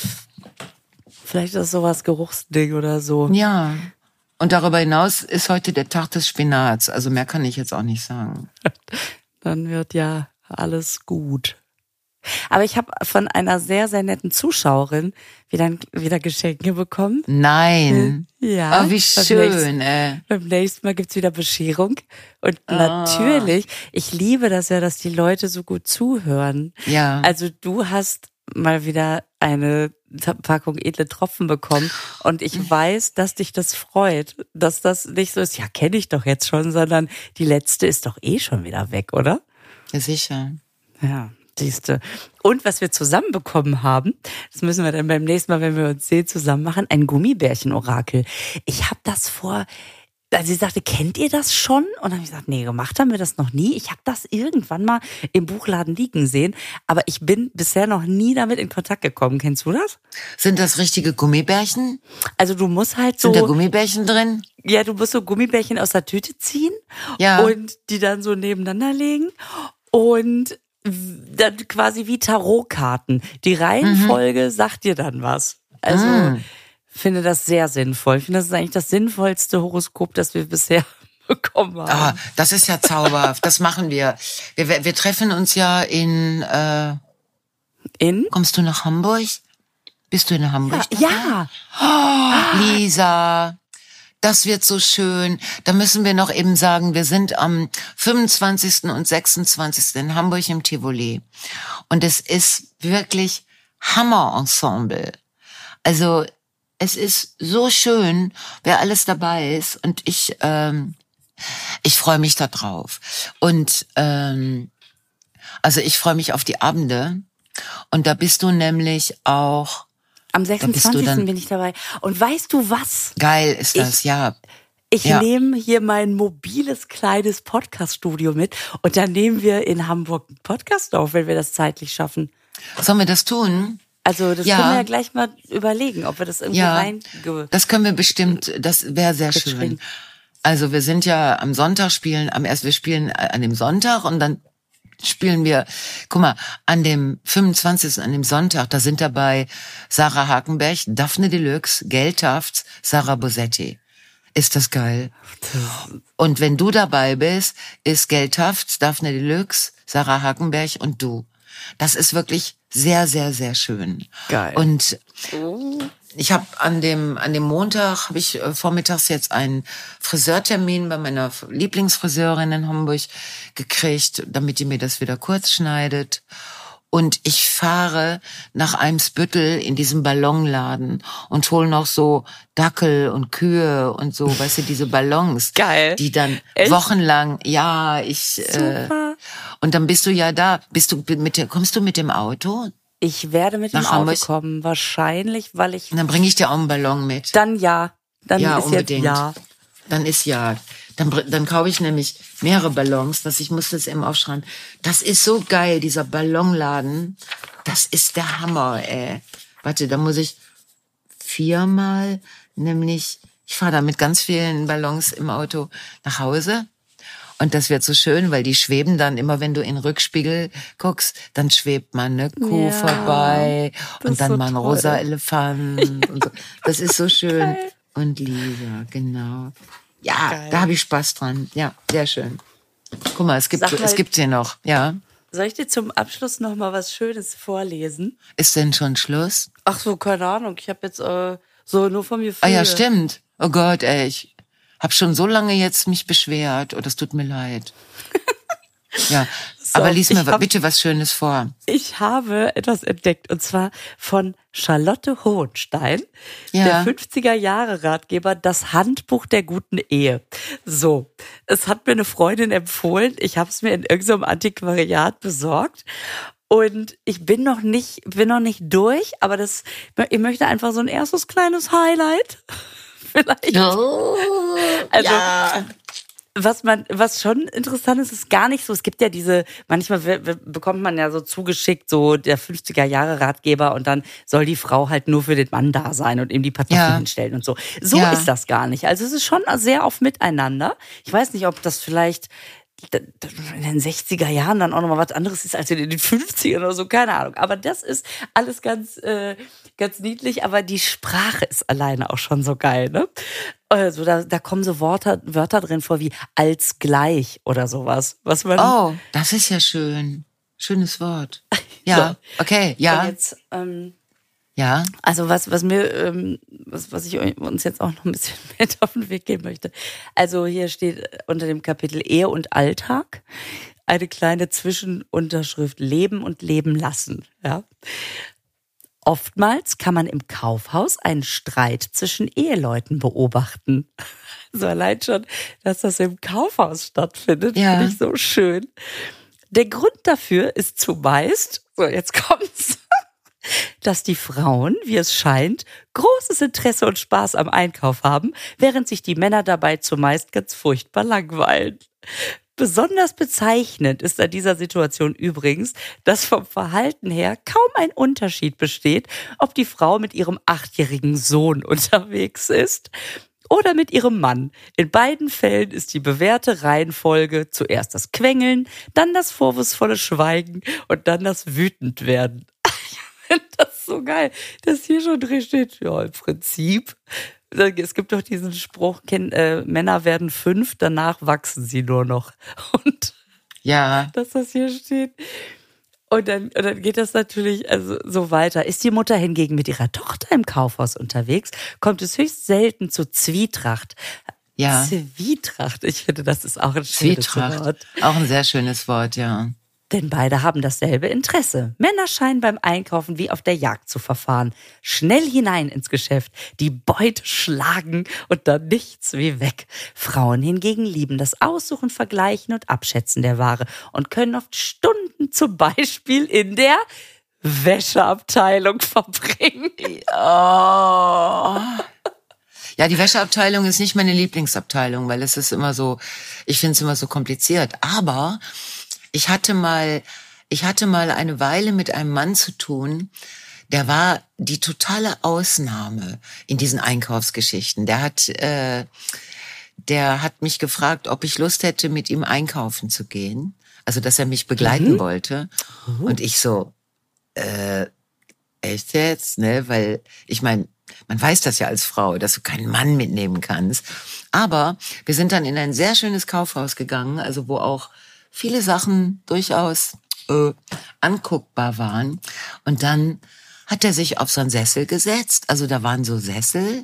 vielleicht ist es sowas Geruchsding oder so. Ja. Und darüber hinaus ist heute der Tag des Spinats. Also mehr kann ich jetzt auch nicht sagen. Dann wird ja alles gut. Aber ich habe von einer sehr, sehr netten Zuschauerin wieder, wieder Geschenke bekommen. Nein. Ja. Oh, wie schön, ey. Beim nächsten Mal gibt's wieder Bescherung. Und oh. natürlich, ich liebe das ja, dass die Leute so gut zuhören. Ja. Also du hast mal wieder eine Packung edle Tropfen bekommen und ich weiß, dass dich das freut, dass das nicht so ist, ja, kenne ich doch jetzt schon, sondern die letzte ist doch eh schon wieder weg, oder? Ja, sicher. Ja. Siehste. Und was wir zusammen bekommen haben, das müssen wir dann beim nächsten Mal, wenn wir uns sehen, zusammen machen, ein Gummibärchen-Orakel. Ich habe das vor, also sie sagte, kennt ihr das schon? Und dann habe ich gesagt, nee, gemacht haben wir das noch nie. Ich habe das irgendwann mal im Buchladen liegen sehen, aber ich bin bisher noch nie damit in Kontakt gekommen. Kennst du das? Sind das richtige Gummibärchen? Also du musst halt so... Sind da Gummibärchen drin? Ja, du musst so Gummibärchen aus der Tüte ziehen ja. und die dann so nebeneinander legen und dann quasi wie Tarotkarten. Die Reihenfolge mhm. sagt dir dann was. Also mhm. finde das sehr sinnvoll. Ich finde, das ist eigentlich das sinnvollste Horoskop, das wir bisher bekommen haben. Ah, das ist ja zauberhaft. Das machen wir. Wir, wir. Wir treffen uns ja in... Äh, in? Kommst du nach Hamburg? Bist du in Hamburg? Ja. ja. Oh, Lisa... Das wird so schön. Da müssen wir noch eben sagen, wir sind am fünfundzwanzigsten und sechsundzwanzigsten in Hamburg im Tivoli. Und es ist wirklich Hammer-Ensemble. Also es ist so schön, wer alles dabei ist. Und ich ähm, ich freue mich da drauf. Und ähm, also ich freue mich auf die Abende. Und da bist du nämlich auch... Am sechsundzwanzigsten bin ich dabei. Und weißt du was? Geil ist das, ich, ja. Ich ja. nehme hier mein mobiles, kleines Podcast-Studio mit und dann nehmen wir in Hamburg einen Podcast auf, wenn wir das zeitlich schaffen. Sollen wir das tun? Also das ja. können wir ja gleich mal überlegen, ob wir das irgendwie ja, rein... Das können wir bestimmt, das wäre sehr schön. Also wir sind ja am Sonntag spielen, am erst wir spielen an dem Sonntag und dann spielen wir, guck mal, an dem fünfundzwanzigsten, an dem Sonntag, da sind dabei Sarah Hakenberg, Daphne Deluxe, Gail Tafts, Sarah Bosetti. Ist das geil? Und wenn du dabei bist, ist Gail Tafts, Daphne Deluxe, Sarah Hakenberg und du. Das ist wirklich sehr, sehr, sehr schön. Geil. Und ich habe an dem an dem Montag habe ich äh, vormittags jetzt einen Friseurtermin bei meiner Lieblingsfriseurin in Hamburg gekriegt, damit die mir das wieder kurz schneidet. Und ich fahre nach Eimsbüttel in diesem Ballonladen und hole noch so Dackel und Kühe und so, weißt du, diese Ballons. Geil. Die dann Echt? wochenlang, ja, ich. Super. Äh, und dann bist du ja da. Bist du mit dem, kommst du mit dem Auto? Ich werde mit dem Auto kommen, wahrscheinlich, weil ich... Und dann bringe ich dir auch einen Ballon mit. Dann ja. Dann ja, ist unbedingt. Jetzt ja. Dann ist ja. Dann, dann kaufe ich nämlich mehrere Ballons, dass ich muss das eben aufschreiben. Das ist so geil, dieser Ballonladen. Das ist der Hammer, ey. Warte, da muss ich viermal, nämlich, ich fahre da mit ganz vielen Ballons im Auto nach Hause. Und das wird so schön, weil die schweben dann immer, wenn du in den Rückspiegel guckst, dann schwebt mal eine Kuh Ja, vorbei und dann so mal ein toll. rosa Elefant. Und so. Das ist so schön. Geil. Und Lisa, genau. Ja, Geil. da habe ich Spaß dran. Ja, sehr schön. Guck mal, es gibt, Sag mal, es gibt sie noch. Ja. Soll ich dir zum Abschluss noch mal was Schönes vorlesen? Ist denn schon Schluss? Ach so, keine Ahnung. Ich habe jetzt äh, so nur von mir Ah ja, Gefühle. stimmt. Oh Gott, ey, ich hab schon so lange jetzt mich beschwert. Oh, das tut mir leid. Ja, So, aber lies mir ich hab- bitte was Schönes vor. Ich habe etwas entdeckt und zwar von Charlotte Hohenstein, Ja. der fünfziger-Jahre-Ratgeber, das Handbuch der guten Ehe. So, es hat mir eine Freundin empfohlen. Ich habe es mir in irgendeinem Antiquariat besorgt. Und ich bin noch nicht, bin noch nicht durch, aber das, ich möchte einfach so ein erstes kleines Highlight. Vielleicht. Oh, Also, ja. was man, was schon interessant ist, ist gar nicht so. Es gibt ja diese, manchmal w- w- bekommt man ja so zugeschickt, so der fünfziger-Jahre-Ratgeber und dann soll die Frau halt nur für den Mann da sein und ihm die Kartoffeln Ja. hinstellen und so. So Ja. ist das gar nicht. Also es ist schon sehr auf Miteinander. Ich weiß nicht, ob das vielleicht in den sechziger Jahren dann auch nochmal was anderes ist als in den fünfzigern oder so, keine Ahnung. Aber das ist alles ganz, äh, ganz niedlich, aber die Sprache ist alleine auch schon so geil, ne? Also da, da kommen so Wörter, Wörter drin vor wie als gleich oder sowas, was man... Oh, das ist ja schön. Schönes Wort. Ja, okay, ja, Und jetzt, ähm, ja. also was, was mir, ähm, was, was ich euch- uns jetzt auch noch ein bisschen mit auf den Weg geben möchte. Also hier steht unter dem Kapitel Ehe und Alltag eine kleine Zwischenunterschrift Leben und Leben lassen. Ja. Oftmals kann man im Kaufhaus einen Streit zwischen Eheleuten beobachten. So allein schon, dass das im Kaufhaus stattfindet, Ja. finde ich so schön. Der Grund dafür ist zumeist, so jetzt kommt's, dass die Frauen, wie es scheint, großes Interesse und Spaß am Einkauf haben, während sich die Männer dabei zumeist ganz furchtbar langweilen. Besonders bezeichnend ist an dieser Situation übrigens, dass vom Verhalten her kaum ein Unterschied besteht, ob die Frau mit ihrem achtjährigen Sohn unterwegs ist oder mit ihrem Mann. In beiden Fällen ist die bewährte Reihenfolge zuerst das Quengeln, dann das vorwurfsvolle Schweigen und dann das Wütendwerden. Ich finde das so geil, dass hier schon drin steht, ja, im Prinzip. Es gibt doch diesen Spruch, kind, äh, Männer werden fünf, danach wachsen sie nur noch. Und Ja, dass das hier steht. Und dann, und dann geht das natürlich also so weiter. Ist die Mutter hingegen mit ihrer Tochter im Kaufhaus unterwegs, kommt es höchst selten zu Zwietracht. ja. Zwietracht, ich finde, das ist auch ein schönes Zwietracht. Wort. Auch ein sehr schönes Wort, ja. Denn beide haben dasselbe Interesse. Männer scheinen beim Einkaufen wie auf der Jagd zu verfahren. Schnell hinein ins Geschäft, die Beute schlagen und dann nichts wie weg. Frauen hingegen lieben das Aussuchen, Vergleichen und Abschätzen der Ware und können oft Stunden zum Beispiel in der Wäscheabteilung verbringen. Oh. Ja, die Wäscheabteilung ist nicht meine Lieblingsabteilung, weil es ist immer so, ich finde es immer so kompliziert. Aber ich hatte mal, ich hatte mal eine Weile mit einem Mann zu tun, der war die totale Ausnahme in diesen Einkaufsgeschichten. Der hat, äh, der hat mich gefragt, ob ich Lust hätte, mit ihm einkaufen zu gehen. Also, dass er mich begleiten Mhm. wollte. Und ich so, äh, echt jetzt, ne? Weil, ich meine, man weiß das ja als Frau, dass du keinen Mann mitnehmen kannst. Aber wir sind dann in ein sehr schönes Kaufhaus gegangen, also wo auch viele Sachen durchaus äh, anguckbar waren. Und dann hat er sich auf so einen Sessel gesetzt. Also da waren so Sessel.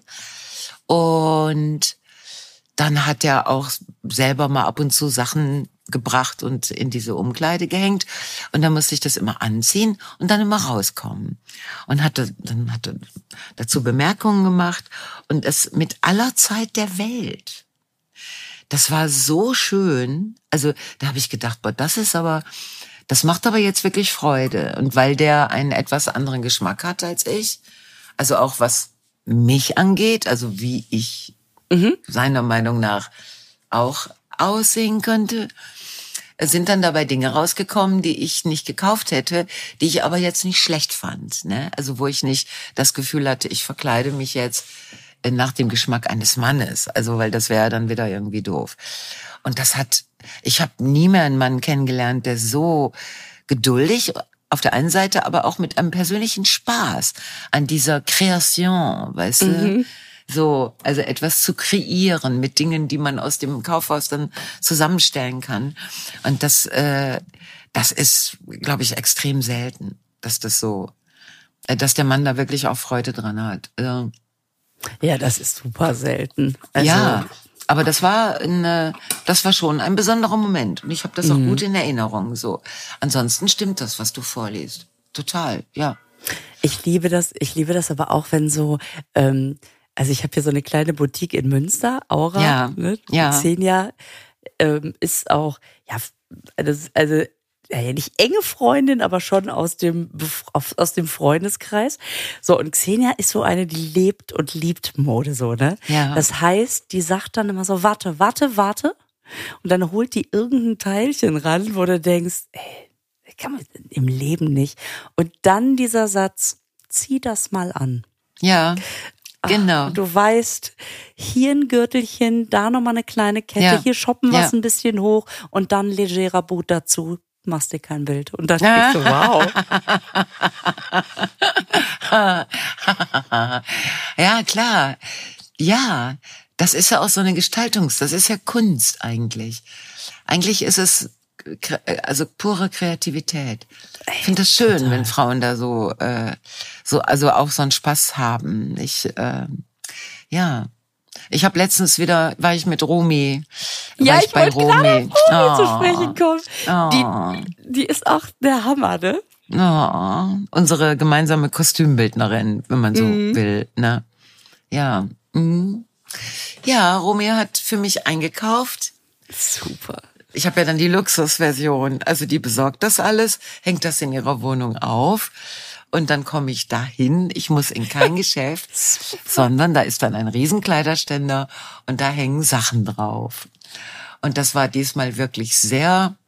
Und dann hat er auch selber mal ab und zu Sachen gebracht und in diese Umkleide gehängt. Und dann musste ich das immer anziehen und dann immer rauskommen. Und hatte, dann hatte dazu Bemerkungen gemacht und es mit aller Zeit der Welt. Das war so schön. Also da habe ich gedacht, boah, das ist aber, das macht aber jetzt wirklich Freude. Und weil der einen etwas anderen Geschmack hat als ich, also auch was mich angeht, also wie ich Mhm. seiner Meinung nach auch aussehen könnte, sind dann dabei Dinge rausgekommen, die ich nicht gekauft hätte, die ich aber jetzt nicht schlecht fand. Ne? Also wo ich nicht das Gefühl hatte, ich verkleide mich jetzt nach dem Geschmack eines Mannes. Also, weil das wäre dann wieder irgendwie doof. Und das hat, ich habe nie mehr einen Mann kennengelernt, der so geduldig auf der einen Seite, aber auch mit einem persönlichen Spaß an dieser Kreation, weißt mhm. du? So, also etwas zu kreieren mit Dingen, die man aus dem Kaufhaus dann zusammenstellen kann. Und das, äh, das ist, glaube ich, extrem selten, dass das so, äh, dass der Mann da wirklich auch Freude dran hat. Also, ja, das ist super selten. Also, ja, aber das war eine, das war schon ein besonderer Moment und ich habe das auch mhm. gut in Erinnerung. So, ansonsten stimmt das, was du vorliest, total, ja. Ich liebe das, ich liebe das aber auch, wenn so ähm, also ich habe hier so eine kleine Boutique in Münster, Aura, ja, ne? ja. Xenia ähm, ist auch, ja, das, also ja, nicht enge Freundin, aber schon aus dem aus dem Freundeskreis. So, und Xenia ist so eine, die lebt und liebt Mode so, ne? Ja. Das heißt, die sagt dann immer so, warte, warte, warte. Und dann holt die irgendein Teilchen ran, wo du denkst, ey, kann man im Leben nicht. Und dann dieser Satz, zieh das mal an. Ja. Genau. Ach, du weißt, hier ein Gürtelchen, da nochmal eine kleine Kette, ja. hier shoppen wir es ja. ein bisschen hoch und dann legerer Boot dazu, machst dir kein Bild. Und dann denkst du, wow. Ja, klar. Ja, das ist ja auch so eine Gestaltungs-, das ist ja Kunst eigentlich. Eigentlich ist es also pure Kreativität. Ich finde das schön, total. Wenn Frauen da so, äh, so, also auch so einen Spaß haben. Ich, äh, ja, ich habe letztens wieder, war ich mit Romy, war ja, ich, ich bei wollte gerade auf Romy oh. zu sprechen kommen. Oh. Die, die ist auch der Hammer, ne? Oh. Unsere gemeinsame Kostümbildnerin, wenn man so mm. will, ne? Ja. Mm. Ja, Romy hat für mich eingekauft. Super. Ich habe ja dann die Luxusversion, also die besorgt das alles, hängt das in ihrer Wohnung auf und dann komme ich dahin. Ich muss in kein Geschäft, sondern da ist dann ein Riesenkleiderständer und da hängen Sachen drauf. Und das war diesmal wirklich sehr,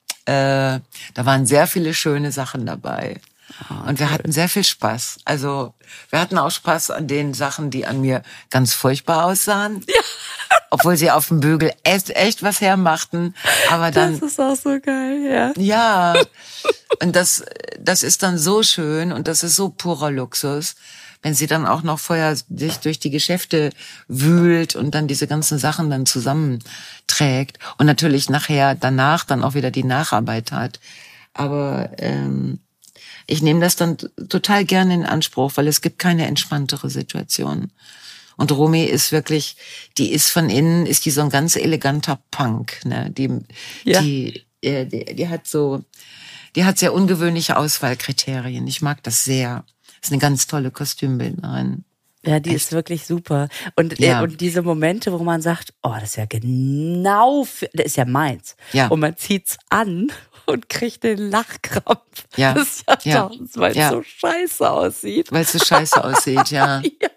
äh, da waren sehr viele schöne Sachen dabei. Oh, und wir toll. hatten sehr viel Spaß. Also wir hatten auch Spaß an den Sachen, die an mir ganz furchtbar aussahen. Ja. Obwohl sie auf dem Bügel echt, echt was hermachten. Aber dann. Das ist auch so geil, ja. Ja. Und das, das ist dann so schön und das ist so purer Luxus, wenn sie dann auch noch vorher sich durch die Geschäfte wühlt und dann diese ganzen Sachen dann zusammenträgt und natürlich nachher danach dann auch wieder die Nacharbeit hat. Aber ähm, ich nehme das dann total gerne in Anspruch, weil es gibt keine entspanntere Situation. Und Romy ist wirklich, die ist von innen, ist die so ein ganz eleganter Punk, ne? Die, ja. die, die, die, die hat so, die hat sehr ungewöhnliche Auswahlkriterien. Ich mag das sehr. Ist eine ganz tolle Kostümbildnerin. Ja, die Echt? ist wirklich super. Und, ja. äh, und diese Momente, wo man sagt, oh, das ist ja genau, für, das ist ja meins. Ja. Und man zieht's an und kriegt den Lachkrampf. Ja. Das ist ja, ja. weil es ja. so scheiße aussieht. Weil es so scheiße aussieht, ja. ja.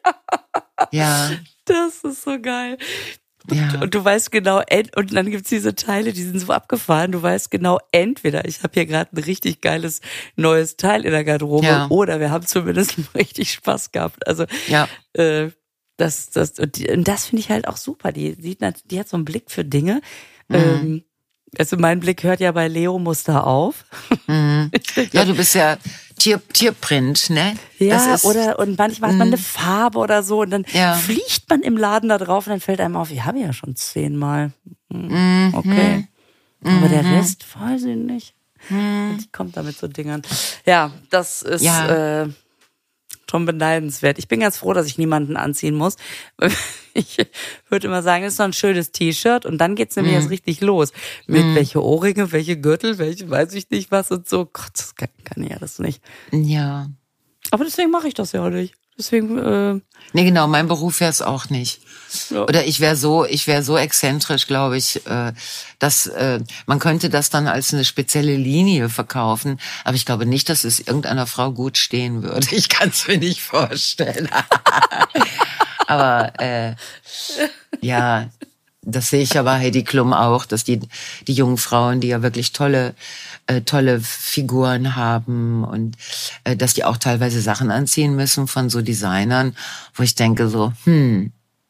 Ja. Das ist so geil. Und, ja. und du weißt genau, und dann gibt's diese Teile, die sind so abgefahren. Du weißt genau, entweder ich habe hier gerade ein richtig geiles neues Teil in der Garderobe ja. oder wir haben zumindest richtig Spaß gehabt. Also ja. äh, das, das und, die, und das finde ich halt auch super. Die sieht, die hat so einen Blick für Dinge. Mhm. Ähm, also mein Blick hört ja bei Leo Muster auf. Mhm. Ja, du bist ja Tier, Tierprint, ne? Ja, das ist, oder und manchmal hat man eine Farbe oder so und dann ja. fliegt man im Laden da drauf und dann fällt einem auf, ich habe ja schon zehnmal. Mhm. Okay. Aber mhm. der Rest weiß ich nicht. Mhm. Die kommt da mit so Dingern. Ja, das ist ja. äh, schon beneidenswert. Ich bin ganz froh, dass ich niemanden anziehen muss. Ich würde immer sagen, das ist doch ein schönes T-Shirt und dann geht's nämlich mm. erst richtig los. Mit mm. welche Ohrringe, welche Gürtel, welche weiß ich nicht was und so. Gott, das kann, kann ich ja das nicht. Ja. Aber deswegen mache ich das ja auch nicht. Deswegen. Äh, nee, genau, mein Beruf wäre es auch nicht. Ja. Oder ich wäre so, ich wäre so exzentrisch, glaube ich, äh, dass äh, man könnte das dann als eine spezielle Linie verkaufen. Aber ich glaube nicht, dass es irgendeiner Frau gut stehen würde. Ich kann es mir nicht vorstellen. Aber äh, ja, das sehe ich ja bei Heidi Klum auch, dass die, die jungen Frauen, die ja wirklich tolle, äh, tolle Figuren haben und äh, dass die auch teilweise Sachen anziehen müssen von so Designern, wo ich denke so, hm,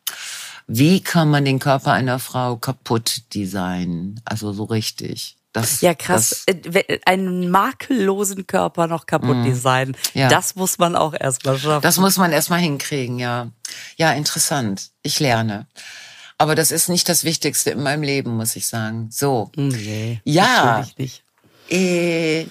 wie kann man den Körper einer Frau kaputt designen? Also so richtig. Das, ja, krass. Das, einen makellosen Körper noch kaputt mm, designen. Ja. Das muss man auch erstmal schaffen. Das muss man erstmal hinkriegen, ja. Ja, interessant. Ich lerne. Aber das ist nicht das Wichtigste in meinem Leben, muss ich sagen. So. Nee, ja. Natürlich nicht. Äh,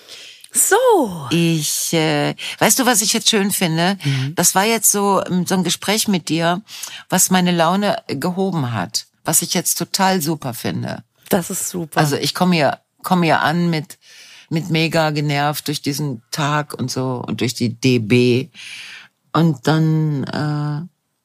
so. Ich, äh, weißt du, was ich jetzt schön finde? Mhm. Das war jetzt so, so ein Gespräch mit dir, was meine Laune gehoben hat. Was ich jetzt total super finde. Das ist super. Also ich komme hier, komme hier an mit, mit mega genervt durch diesen Tag und so und durch die D B. Und dann,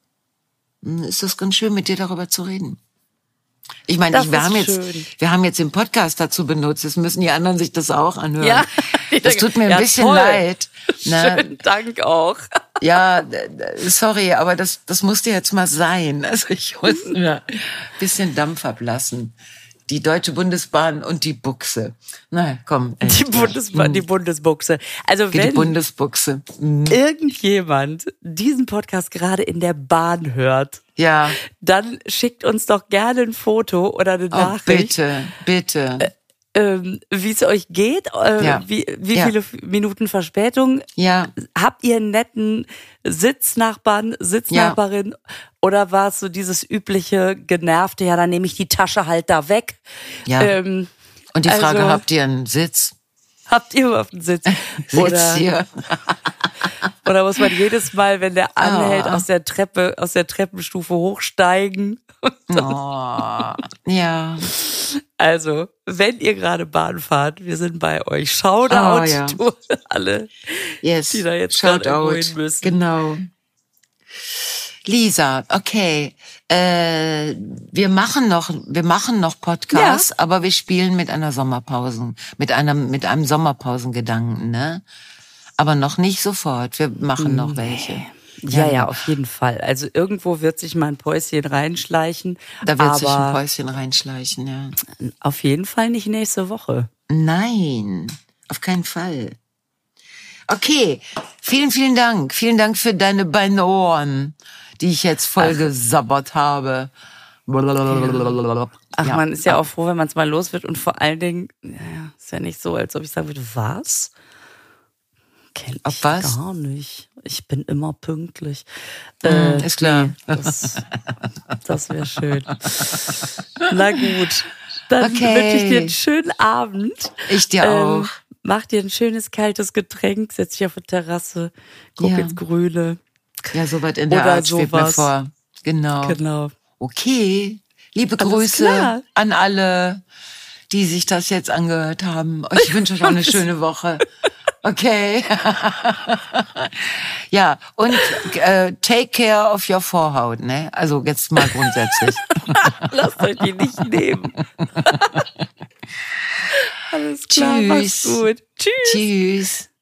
äh, ist das ganz schön, mit dir darüber zu reden. Ich meine, ich, wir haben jetzt, schön. wir haben jetzt den Podcast dazu benutzt. Jetzt müssen die anderen sich das auch anhören. Ja, das tut mir ein ja, bisschen toll. leid. Ne? Schönen Dank auch. Ja, sorry, aber das, das musste jetzt mal sein. Also ich muss mir ein bisschen Dampf ablassen. Die Deutsche Bundesbahn und die Buchse. Na, komm. Echt, die Bundesbahn, ja. die Bundesbuchse. Also wenn die Bundesbuchse. Mhm. irgendjemand diesen Podcast gerade in der Bahn hört, ja, dann schickt uns doch gerne ein Foto oder eine oh, Nachricht. Bitte, bitte. Äh, ähm, wie es euch geht, äh, ja. wie, wie ja. viele Minuten Verspätung. Ja. Habt ihr einen netten Sitznachbarn, Sitznachbarin? Ja. Oder war es so dieses übliche genervte, ja, dann nehme ich die Tasche halt da weg. Ja. Ähm, Und die Frage, also, habt ihr einen Sitz? Habt ihr überhaupt einen Sitz? Oder, hier? Oder muss man jedes Mal, wenn der anhält, oh. aus der Treppe, aus der Treppenstufe hochsteigen? Oh. Ja. Also, wenn ihr gerade Bahn fahrt, wir sind bei euch. Shoutout, oh, ja. du alle, yes. die da jetzt gerade irgendwo hin müssen. Genau. Lisa, okay, äh, wir machen noch, wir machen noch Podcasts, ja. aber wir spielen mit einer Sommerpausen, mit einem, mit einem Sommerpausengedanken, ne? Aber noch nicht sofort. Wir machen noch nee. welche. Ja, ja, auf jeden Fall. Also irgendwo wird sich mal ein Päuschen reinschleichen. Da wird aber sich ein Päuschen reinschleichen, ja. Auf jeden Fall nicht nächste Woche. Nein, auf keinen Fall. Okay, vielen, vielen Dank. Vielen Dank für deine beiden Ohren, die ich jetzt voll Ach. gesabbert habe. Ach, ja. man ist ja auch froh, wenn man es mal los wird. Und vor allen Dingen, ja, ist ja nicht so, als ob ich sagen würde, was? Kenn ich was? gar nicht. Ich bin immer pünktlich. Mm, äh, ist klar. Nee, das das wäre schön. Na gut, dann okay. wünsche ich dir einen schönen Abend. Ich dir auch. Ähm, mach dir ein schönes, kaltes Getränk, setz dich auf die Terrasse, guck ja. ins Grüne. Ja, soweit in der Oder Art schwebt mir vor. Genau. Genau. Okay. Liebe Alles Grüße klar. an alle, die sich das jetzt angehört haben. Ich wünsche euch auch eine schöne Woche. Okay. Ja, und äh, take care of your Vorhaut, ne? Also jetzt mal grundsätzlich. Lasst euch die nicht nehmen. Alles klar, Tschüss. Mach's gut. Tschüss. Tschüss.